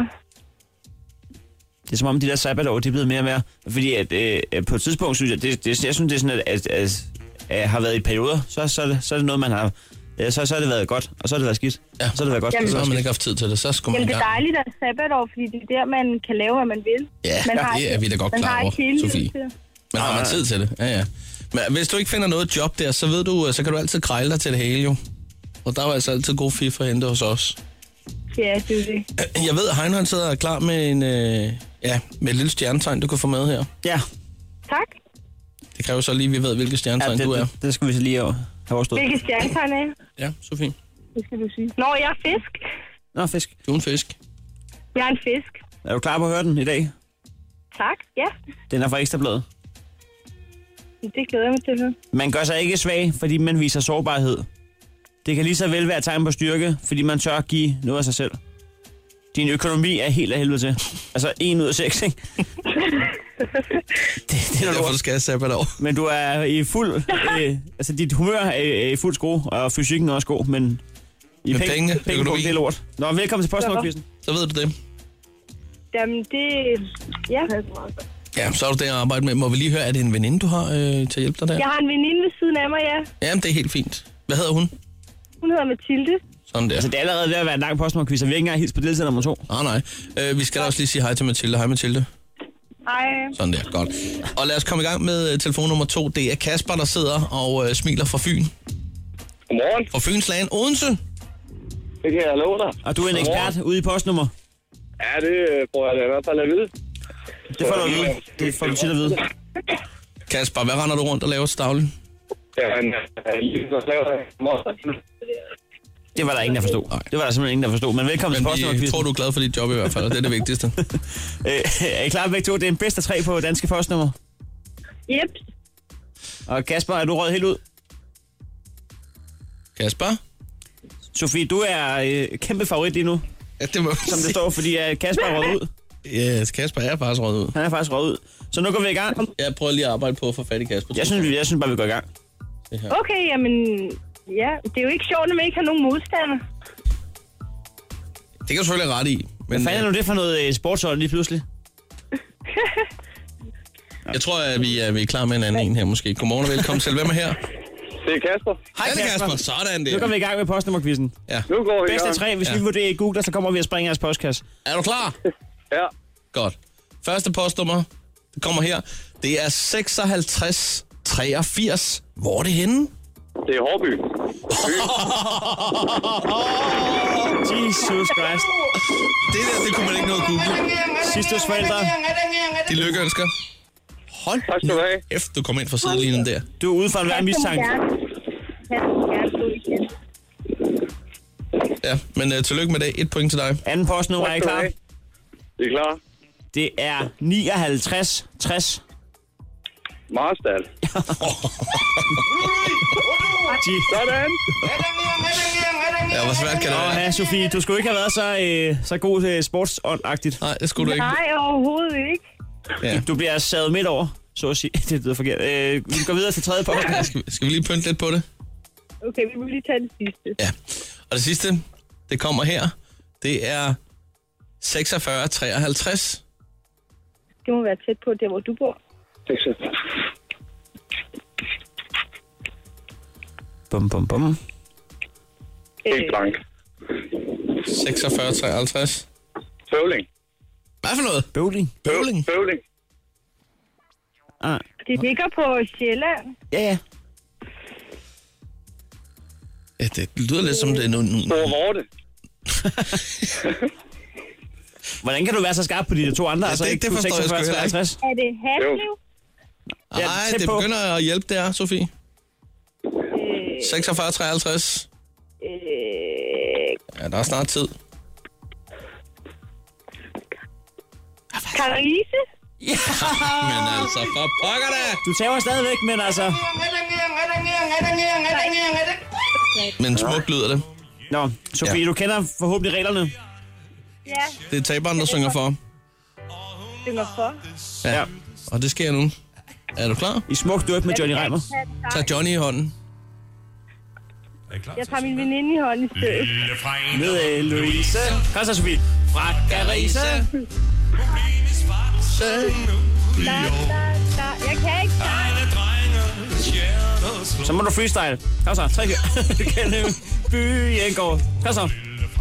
Det er som om de der sabbatår, de er blevet mere og mere. Fordi at, på et tidspunkt, synes jeg, jeg synes, det er sådan, at har været i perioder, så er det noget, man har... Så har det været godt, og så har det været skidt. Ja. Så har det været godt. Jamen, så har man ikke haft tid til det, så skulle man det er dejligt at sabbatår, fordi det er der, man kan lave, hvad man vil. Ja, det er vi da godt klar over, Sofie. Men har man tid til det? Ja. Men hvis du ikke finder noget job der, så ved du, så kan du altid krejle dig til det hele jo. Og der er altså altid god FIFA at hente hos os. Ja, det er det. Jeg ved, at Heino sidder klar med en, med et lille stjernetegn, du kan få med her. Ja. Tak. Det kræver så lige, at vi ved, hvilket stjernetegn du er. Det skal vi så lige have overstået. Hvilket stjernetegn er? Ja, Sofie. Det skal du sige. Nå, jeg er fisk. Nå, fisk. Du er en fisk. Jeg er en fisk. Er du klar på at høre den i dag? Tak, ja. Den er fra Ekstrabladet. Det glæder jeg mig til at høre. Man gør sig ikke svag, fordi man viser sårbarhed. Det kan lige så vel være et tegn på styrke, fordi man tør give noget af sig selv. Din økonomi er helt af helvede til. Altså 1 ud af 6, ikke? Det er derfor, du skal have sabbatår. Men du er i fuld... altså dit humør er i fuld skrue, og fysikken er også god, men... I penge på det lort. Nå, velkommen til postnummerquizzen. Så ved du det. Jamen, det... Ja. Ja, så er du der at arbejde med. Må vi lige høre, er det en veninde, du har til at hjælpe dig der? Jeg har en veninde ved siden af mig, ja. Jamen, det er helt fint. Hvad hedder hun? Hun hedder Mathilde. Sådan der. Altså, det er allerede ved at være en lang postnummerquiz, og vi har ikke engang hils på deltager nummer 2. Nej. Vi skal da også lige sige hej til Mathilde. Hej, Mathilde. Hej. Sådan der, godt. Og lad os komme i gang med telefon nummer 2. Det er Kasper, der sidder og smiler fra Fyn. Godmorgen. Fra Fynsland, Odense. Det kan jeg love dig. Og du er en ekspert ude i postnummer? Ja, det får jeg da i hvert fald at vide. Det får du at vide. Det får du tit at vide. Kasper, hvad render du rundt og laver til daglig? Jamen, det var der ingen, der forstod. Nej. Det var der simpelthen ingen, der forstod. Men velkommen til postnummerquizzen. Jeg tror, du er glad for dit job i hvert fald, og det er det vigtigste. Er I klar begge to? Det er en bedst af 3 på danske postnummer. Yep. Og Kasper, er du røget helt ud? Kasper? Sofie, du er kæmpe favorit lige nu, Ja, det må som det står, fordi Kasper er røget ud. Ja, Kasper er faktisk røget ud. Han er faktisk røget ud. Så nu går vi i gang. Jeg prøver lige at arbejde på at få fat i Kasper. Jeg synes bare, vi går i gang. Okay, jamen, ja, det er jo ikke sjovt, at man ikke har nogen modstander. Det kan du selvfølgelig ret i. Men Hvad fanden er nu det for noget sportshold lige pludselig? jeg tror, at vi er klar med en anden en her måske. Godmorgen og velkommen til. Hvem er her? Det er Kasper. Hej Kasper. Sådan der. Nu går vi i gang med postnummerquizzen. Ja. Nu går vi i Bedst af gang. 3. Hvis vi vurderer i Google, så kommer vi at springe jeres postkasse. Er du klar? Ja, Godt. Første postnummer, det kommer her. Det er 56 83. Hvor er det henne? det er Hårby. Jesus Christ. Det kunne man ikke nå at google. Sidste forældre. De lykkeønsker. Hold Tak skal du have. efter du kom ind fra sidelinjen der. Du er ude for en hver mistanke. Ja, men tillykke med det. 1 point til dig. Anden postnummer, er I klar? Det er klar. Det er 59 60. Marstal. Sådan. Ja, hvor svært kan det være? Ja, Sofie, du skulle ikke have været så god sportsåndagtigt. Nej, det skulle du ikke. Nej, overhovedet ikke. Ja. Du bliver savet midt over, så at sige. Det lyder forkert. Vi går videre til tredje post. Skal vi lige pynte lidt på det? Okay, vi må lige tage det sidste. Ja. Og det sidste, det kommer her. Det er 46 53. Det må være tæt på der, hvor du bor. Bum, bum, bum. Helt blank. 46 53. Bøvling. Hvad for noget? Bowling. Bøvling. Bøvling. Ah. Det ligger på Sjælland. Ja. Ja, det lyder lidt som det er noget... Stor Vorte. Hvordan kan du være så skarp på de to andre? Ja, det forstår jeg sgu heller ikke. 50? Er det Haslev? Nej, tæt det på. begynder at hjælpe der, Sofie. 46 53. Ja, der er snart tid. Karise? Ja. Men altså, for pokker da! Du tager stadigvæk, men altså... Men smukt lyder det. Nå, Sofie, Ja. du kender forhåbentlig reglerne. Ja, Det er taberen, der synger for. synger for. Ja. Og det sker nu. Er du klar? I smuk duet med Johnny Reimer. Tag Johnny i hånden. Jeg tager min veninde i hånden i stedet. Med Louise. Kom så, Sofie. Fra Carise. Jeg kan ikke starte. Så må du freestyle. Kom så, 3 Gennem byen går. Kom så.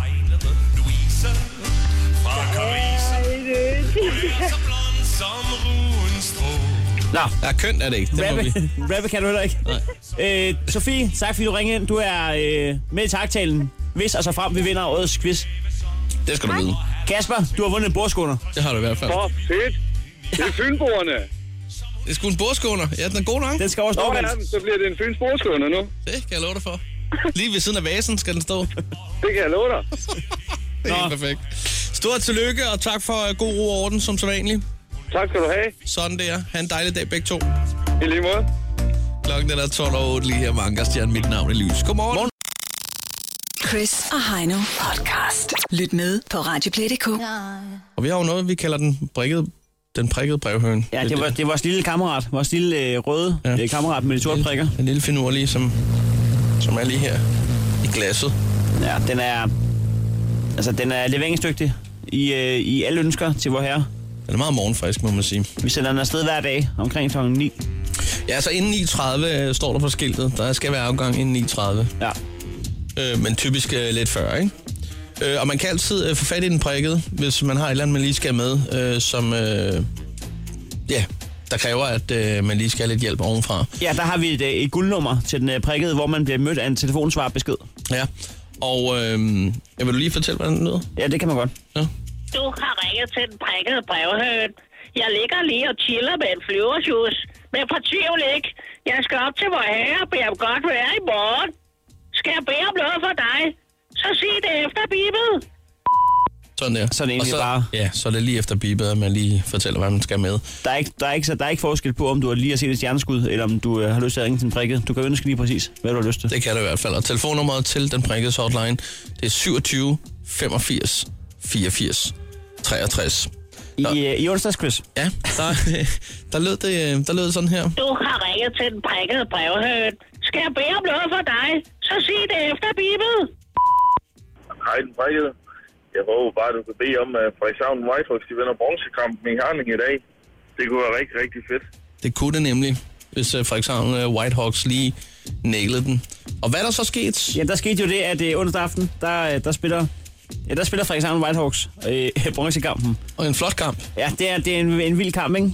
Nå, Ja, kønt er det ikke. Det må vi. rappe kan du heller ikke. Nej. Sofie, tak fordi du ringede ind. Du er med i taktalen. Hvis og så frem vi vinder årets quiz. Det skal du vide. Kasper, du har vundet en bordskåner. Det har du i hvert fald. For fedt. Det er Fynboerne. Det er sgu en bordskåner. Ja, den er god nok. Den skal også stå Nå med. ja, så bliver det en Fyns bordskåner nu. Det kan jeg love dig for. Lige ved siden af vasen skal den stå. Det kan jeg love dig. Det er helt perfekt. Stort tillykke, og tak for god ro og orden, som så vanligt. Tak skal du have. Sådan der. Ha' en dejlig dag begge to. I lige måde. Klokken er 12:08 lige her med Ankerstjern. Mit navn er Lys. Godmorgen. Chris og Heino podcast. Lyt med på Radioplay.dk. Og vi har jo noget, vi kalder den prikkede brevhøn. Ja, det var vores lille kammerat. Vores lille røde kammerat med de sorte prikker. En lille finurlige, som er lige her i glasset. Ja, den er leveringsdygtig i alle ønsker til vor herre. Den er meget morgenfrisk, må man sige. Vi sender den afsted hver dag omkring kl. 9. Ja, så inden 9:30 står der på skiltet. Der skal være afgang inden 9:30. Ja. Men typisk lidt før, ikke? Og man kan altid få fat i den prikkede, hvis man har et eller andet, man lige skal med, som der kræver, at man lige skal have lidt hjælp ovenfra. Ja, der har vi et guldnummer til den prikkede, hvor man bliver mødt af en telefonsvarbesked. Ja, og jeg vil du lige fortælle, hvordan den lyder? Ja, det kan man godt. Ja. Du har ringet til den prikkede brevhøn. Jeg ligger lige og chiller med en flyvershus. Men fortvivl ikke. Jeg skal op til vor herre og bede om godt være i morgen. Skal jeg bede om noget for dig? Så sig det efter bibet. Sådan der. Så er det egentlig og så, bare... Ja, så er det lige efter bibet, at man lige fortæller, hvad man skal med. Der er ikke forskel på, om du lige har set et stjerneskud, eller om du har lyst til at ringe til den prikket. Du kan ønske lige præcis, hvad du har lyst til. Det kan det i hvert fald. Og telefonnummeret til den prikkede hotline, det er 27 85 84 63. I onsdagsquiz. Ja, der lød det sådan her. Du har ringet til den prikkede brevhøn. Skal jeg bede om noget for dig, så sig det efter bibet. Hej, den prikkede. Jeg håber bare, du kan bede om, at Frederikshavn Whitehawks, de vinder bronzekampen i Herning i dag. Det kunne være rigtig, rigtig fedt. Det kunne det nemlig, hvis Frederikshavn Whitehawks lige nailede den. Og hvad er der så sket? Ja, der skete jo det, at onsdag aften, der spiller Frederikshavn Whitehawks bronzekampen. Og en flot kamp. Ja, det er en vild kamp, ikke?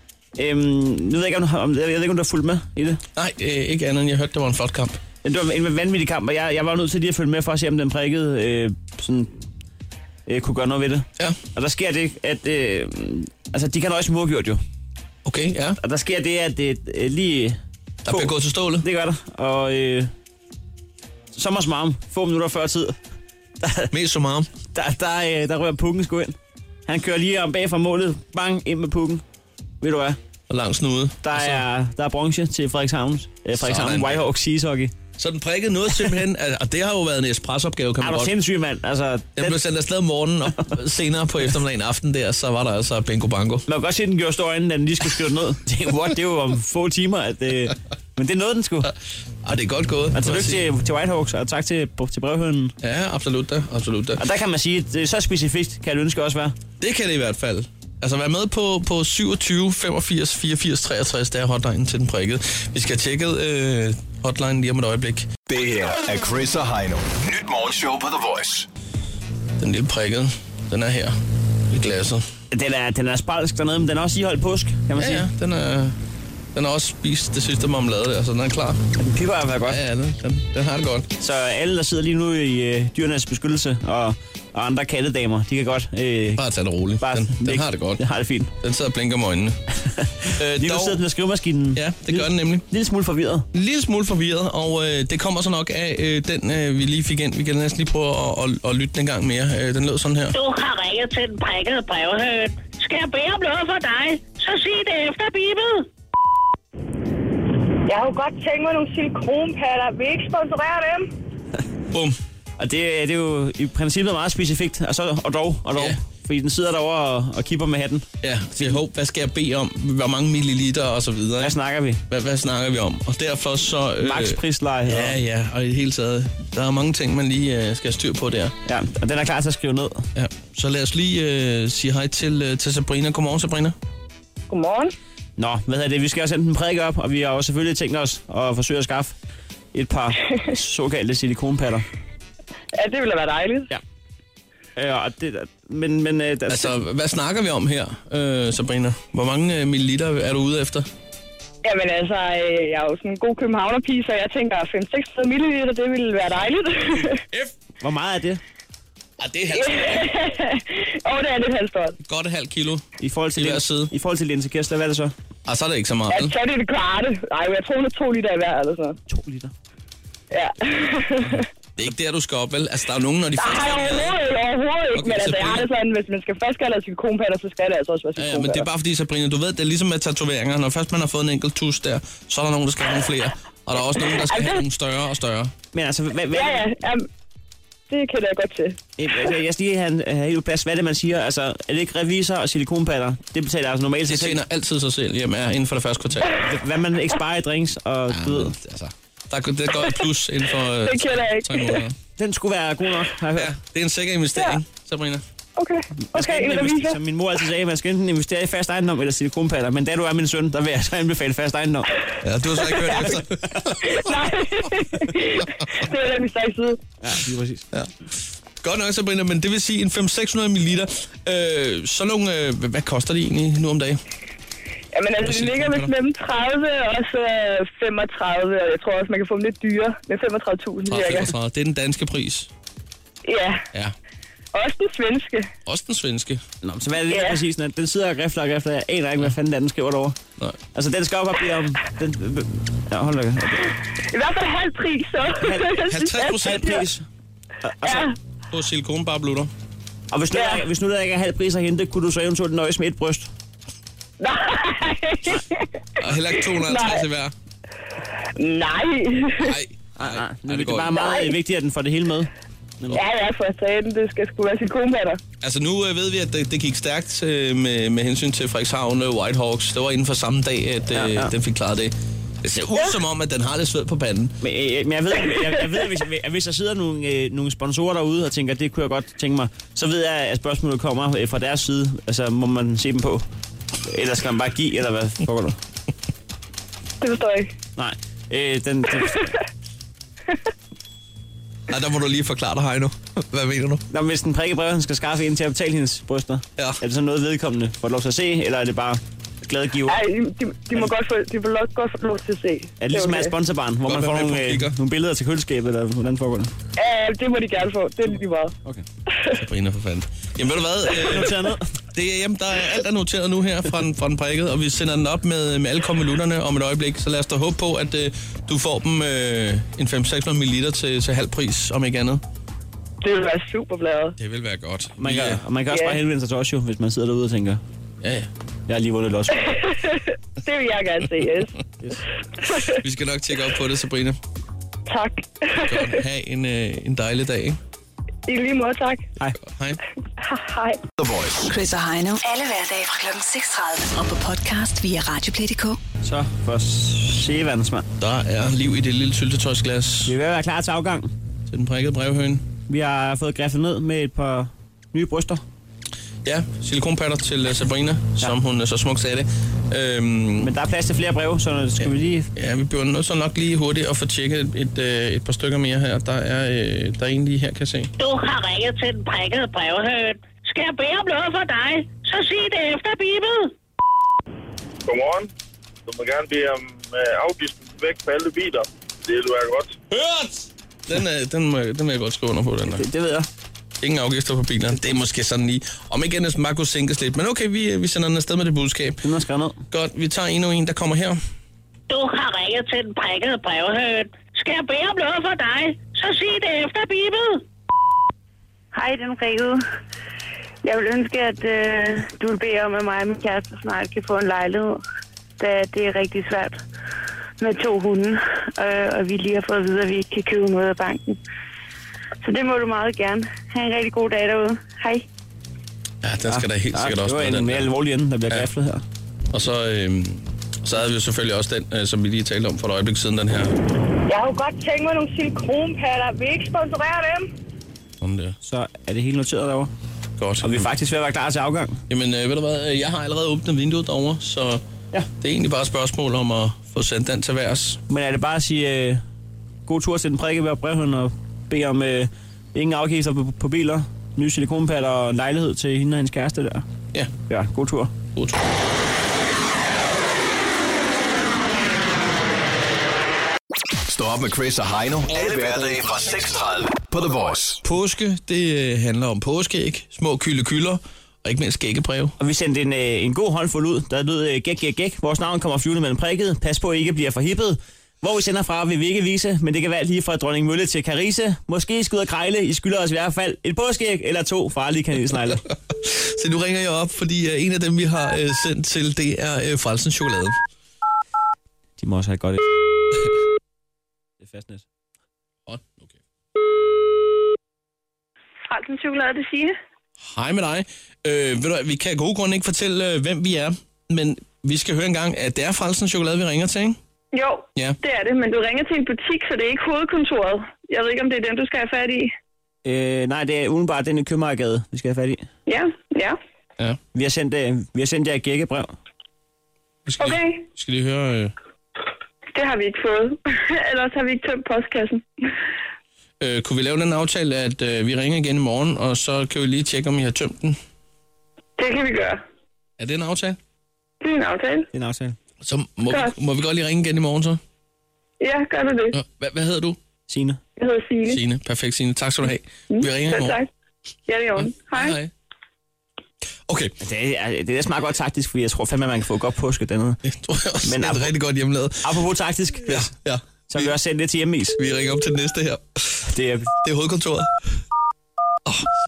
Nu ved jeg ikke, om du har fulgt med i det. Nej, ikke andet end jeg hørte, det var en flot kamp. Det var en vanvittig kamp, og jeg var nødt til lige at følge med for at se, om den prikkede kunne gøre noget ved det. Ja. Og der sker det, at de kan nøjes med uafgjort jo. Okay, ja. Og der sker det, at det lige... Der bliver gået til stålet. Det gør der. Og sommersmarm, få minutter før tid. Mest som arm. Der rører pukken sgu ind. Han kører lige om bag fra målet. Bang, ind med pukken. Ved du hvad? Og lang snude. Der er bronze til Frederikshavn Whitehawks Seahockey. Så den prikkede noget simpelthen, og det har jo været en espressoopgave, kan man godt. Det er sindssygt, mand. Altså, den blev sendt afsted om morgenen, og senere på eftermiddagen aften der, så var der altså bingo bango. Man kan godt se, at den gjorde stor inden, da den lige skulle skrive ned. Det er jo om få timer, at men det er noget, den skulle. Og det er godt gået. Og tillykke til Whitehawks, og tak til brevhønen. Ja, absolut da. Og der kan man sige, at det er så specifikt, kan det ønske også være. Det kan det i hvert fald. Altså vær med på 27 85 84 63, der er hotline til den prikkede. Vi skal have tjekket hotline lige om et øjeblik. Det her er Chris og Heino. Nyt morgenshow på The Voice. Den lille prikkede, den er her i glasset. Den er spalsk dernede, men den er også i holdt påsk, kan man sige. Ja, den har også spist det sidste marmelade der, så den er klar. Den piper i hvert fald godt. Ja, den har det godt. Så alle, der sidder lige nu i dyrenes beskyttelse og andre kattedamer, de kan godt... bare tage det roligt. Den har det godt. Den har det fint. Den sidder og blinker med øjnene. Lige nu sidder den med skrivemaskinen. Ja, det gør den nemlig. Lille smule forvirret. Og det kommer så nok af den, vi lige fik ind. Vi kan næsten lige prøve at lytte den en gang mere. Den lød sådan her. Du har ringet til den prikkede brevhøn. Skal jeg bede om noget for dig, så sig det efter bibet. Jeg har jo godt tænkt mig nogle silikronpatter. Vil I ikke sponsorere dem? Bum. Og det er jo i princippet meget specifikt. Og dog. Ja. Fordi den sidder derovre og kipper med hatten. Ja, hvad skal jeg bede om? Hvor mange milliliter og så videre? Hvad snakker vi? Hvad snakker vi om? Og derfor så... Max prisleje. Ja, og i det hele taget. Der er mange ting, man lige skal styre på der. Ja, og den er klar til at skrive ned. Ja, så lad os lige sige hej til Sabrina. Godmorgen, Sabrina. Godmorgen. Nå, vi skal også sende den prikke op, og vi har jo selvfølgelig tænkt os at forsøge at skaffe et par såkaldte silikonpatter. Ja, det ville være dejligt. Ja. Men altså, hvad snakker vi om her, Sabrina? Hvor mange milliliter er du ude efter? Jamen altså, jeg er jo sådan en god københavnerpige, så jeg tænker 500-600 milliliter, det ville være dejligt. Hvor meget er det? Det er halvt. Det er lidt halvt. Godt et halvt kilo. I forhold til Linse Kessler, hvad er det så? Så er det ikke så meget. Ja, så er det kvarte. Nej, jeg tror, det er 2 liter i hver, eller så. 2 liter? Ja. Det er ikke der, du skal op, vel? Altså, der er nogen, når de først... Nej, overhovedet ikke. Okay, men altså, jeg har det sådan, hvis man skal først skal have silikonpatter, så skal det altså også være silikonpatter. Ja, men det er bare fordi, Sabrina, du ved, det er ligesom med tatoveringer. Når først man har fået en enkelt tus der, så er der nogen, der skal have nogle flere. Og der er også nogen, der skal have nogle større og større. Men altså, hvad Ja. Det kan jeg godt til. Jeg skal lige have helt plads. Hvad er det, man siger? Altså, er det ikke revisor og silikonpatter? Det betaler altså normalt sig selv. Det tjener altid sig selv hjemme inden for det første kvartal. Hvad man expire i drinks og du ved? Altså, det går et plus inden for det kender jeg ikke. 3 måneder. Den skulle være god nok, har jeg hørt. Ja, det er en sikker investering, Sabrina. Okay, en revisor. Som min mor altid sagde, man skal enten investere i fast ejendom eller silikonpatter. Men da du er min søn, der vil jeg så anbefale fast ejendom. Ja, du har så ikke hørt efter. Nej, det er min sag side. Ja, lige præcis. Ja. Godt nok, Sabrina, men det vil sige en 500-600 milliliter. Så nogle, hvad koster de egentlig nu om dagen? Jamen altså, det ligger mellem 30 og så 35, og jeg tror også, man kan få dem lidt dyre med 35.000 cirka. 35. Det er den danske pris? Ja. Også den svenske. Også den svenske? Nå, så hvad er det lige præcis? Den sidder og grifler. Jeg aner ikke, hvad fanden den skriver derovre. Nej. Altså, den skal op og blive om... Ja, hold da. I hvert fald halv pris, så. 50% pris? Altså, på silikonbarblutter? Og hvis nu der ikke er halv pris at hente, kunne du så eventuelt nøjes med et bryst? Nej. Og heller ikke 250 i hver. Nej. Nej, det er bare meget vigtigt, at den får det hele med. Ja, for satan, det skal sgu være silikonpatter. Altså nu ved vi, at det gik stærkt med hensyn til Frederikshavn Whitehawks. Det var inden for samme dag, at den fik klaret det. Det ser ud som om, at den har lidt sved på panden. Men jeg ved at hvis der sidder nogle sponsorer derude og tænker, at det kunne jeg godt tænke mig, så ved jeg, at spørgsmålet kommer fra deres side. Altså, må man se dem på? Eller skal man bare give, eller hvad foregår du? Det forstår jeg ikke. Nej, Nej, der må du lige forklare dig, Heino. Hvad mener du? Nå, hvis den prikke brev, skal skaffe en til at betale hendes bryster, er det så noget vedkommende får lov til at se, eller er det bare glade giver? Nej, de må godt få lov til at se. Er det ligesom et sponsorbarn, hvor man får nogle billeder til køleskabet, eller hvordan foregår det? Ja, det må de gerne få. Det er lige meget. Okay. Sabrina, for fanden. Jamen ved du hvad? Noteret ned. Alt er noteret nu her fra den prikket, og vi sender den op med alle konvolutterne om et øjeblik. Så lad os da håbe på, at du får dem en 500-600 ml til halv pris, om ikke andet. Det vil være super bladet. Det vil være godt. Man kan også bare henvende sig til os jo, hvis man sidder derude og tænker, ja. Jeg har lige vundet los. Det vil jeg gerne se, yes. Vi skal nok tjekke op på det, Sabrina. Tak. Godt. Ha' en dejlig dag, ikke? I lige måde, tak. Hej. Hej. Hej. The Voice. Chris og Heino. Alle hverdage fra kl. 6:30. Og på podcast via Radioplay.dk. Så for seværensmand. Der er liv i det lille syltetøjsglas. Vi er ved at være klar til afgang. Til den prikkede brevhøne. Vi har fået græftet ned med et par nye bryster. Ja, silikonpatter til Sabrina, som hun så smukt sagde det. Men der er plads til flere breve, så skal vi lige... Ja, vi bliver nødt så nok lige hurtigt at få tjekket et par stykker mere her. Der er en lige her, kan jeg se. Du har ringet til den prikkede brevhøn. Skal jeg bede om noget for dig, så sig det efter bibel. Godmorgen. Du må gerne bede om afgiften væk på alle biler. Det vil være godt. Hørt! Den vil jeg godt skrive under på, den der. Det ved jeg. Ingen afgifter på bilerne. Det er måske sådan lige... Om ikke andet bare kunne sænkes lidt. Men okay, vi sender den afsted med det budskab. Den er skrevet ned. Godt, vi tager endnu en, der kommer her. Du har ringet til den prikkede brevhøn. Skal jeg bede om noget for dig, så sig det efter bibel. Hej, den Rikke. Jeg vil ønske, at du vil bede om, at mig og min kæreste snart kan få en lejlighed. Da det er rigtig svært med 2 hunde. Og vi lige har fået at vide, at vi ikke kan købe noget af banken. Så det må du meget gerne. Ha' en rigtig god dag derude. Hej. Ja, den skal da helt sikkert også. Det var en mere alvorlig ende, der bliver græflet her. Og så havde vi jo selvfølgelig også den, som vi lige talte om for et øjeblik siden, den her. Jeg har jo godt tænkt mig nogle silikonpatter. Vil I ikke sponsorere dem? Sådan der. Så er det helt noteret derovre. Godt. Og vi er faktisk ved at være klar til afgang. Jamen, ved du hvad? Jeg har allerede åbnet vinduet derovre, så det er egentlig bare et spørgsmål om at få sendt den til værs. Men er det bare at sige god tur til den prikke brevhøn og bede om ingen afgifter på biler, nye silikonpatter og lejlighed til hende og hendes kæreste der? Ja. Ja, god tur. God tur. Stå op med Chris og Heino. Alle hverdage fra 6:30 på The Voice. Påske, det handler om påskeæg, små kylder og ikke mindst skæggebrev. Og vi sendte en god håndfuld ud, der lød gæk. Vores navn kommer flyvende mellem prikket. Pas på, at I ikke bliver for hippet. Hvor vi sender fra, vil vi ikke vise, men det kan være lige fra Dronning Mølle til Carise. Måske skud og krejle. I skylder os i hvert fald et påskeæg eller 2 farlige kanelsnegle. Så nu ringer jeg op, fordi en af dem, vi har sendt til, det er Frelsens Chokolade. De må også have godt. Det er fastnet. Okay. Frelsens Chokolade, det siger. Hej med dig. Ved du, vi kan af gode grunde ikke fortælle, hvem vi er, men vi skal høre engang, at det er Frelsens Chokolade, vi ringer til, ikke? Jo, ja. Det er det, men du ringer til en butik, så det er ikke hovedkontoret. Jeg ved ikke, om det er den, du skal have fat i. Nej, det er udenbart den i Købmagergade, vi skal have fat i. Ja. Vi har sendt jer et gækkebrev. Okay. Skal lige høre... Det har vi ikke fået. Ellers har vi ikke tømt postkassen. Kunne vi lave den aftale, at vi ringer igen i morgen, og så kan vi lige tjekke, om I har tømt den? Det kan vi gøre. Er det en aftale? Det er en aftale. Det er en aftale. Så må vi godt lige ringe igen i morgen, så? Ja, gør du det. Hvad hedder du? Signe. Jeg hedder Signe. Signe, perfekt Signe. Tak skal du have. Vi ringer i morgen. Tak. Ja, det er ordentligt. Hej. Okay. Det er smart godt taktisk, fordi jeg tror fandme, at man kan få godt påske dernede. Det tror jeg også. Men det er rigtig godt hjemmelavet. Apropos taktisk. Ja. Så vi også sendt det til hjemmeis. Vi ringer op til det næste her. Det er hovedkontoret.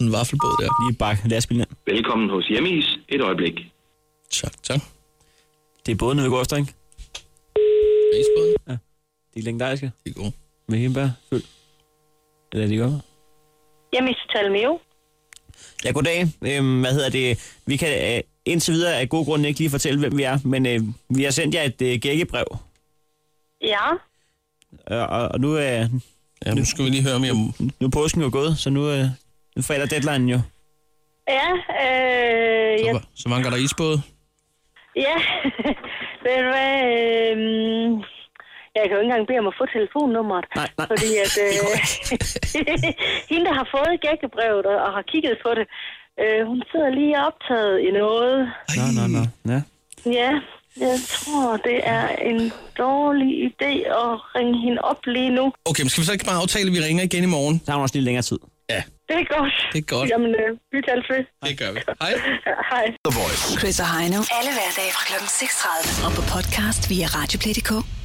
Sådan en vaffelbåd der. Lige bakke lastbilen ind. Velkommen hos Hjemmeis. Et øjeblik. Tak. Det er båden, vi går efter, ikke? Isbåden? Ja. De er legendariske. De er gode. Med hindbær, fyld. Eller er de godt? Hjemmeis Talmeo. Ja, goddag. Hvad hedder det? Vi kan indtil videre af gode grunde ikke lige fortælle, hvem vi er, men vi har sendt jer et gækkebrev. Ja. Og nu er... nu skal vi lige høre mere om... Nu er påsken jo gået, så nu falder deadline jo. Ja, Så mangler der isbåde? Ja, ved du hvad, jeg kan jo ikke engang bede om at få telefonnummeret. Nej. Fordi at hende, der har fået gækkebrevet og har kigget på det, hun sidder lige optaget i noget. Nå. Ja. Ja, jeg tror, det er en dårlig idé at ringe hende op lige nu. Okay, men skal vi så ikke bare aftale, at vi ringer igen i morgen? Der har hun også lidt længere tid. Ja. Det er godt. Det er godt. Jamen, vi taler fri. Det gør vi. Hej. Hej. The Voice. Chris og Heino. Alle hverdage fra kl. 6:30. Og på podcast via Radioplay.dk.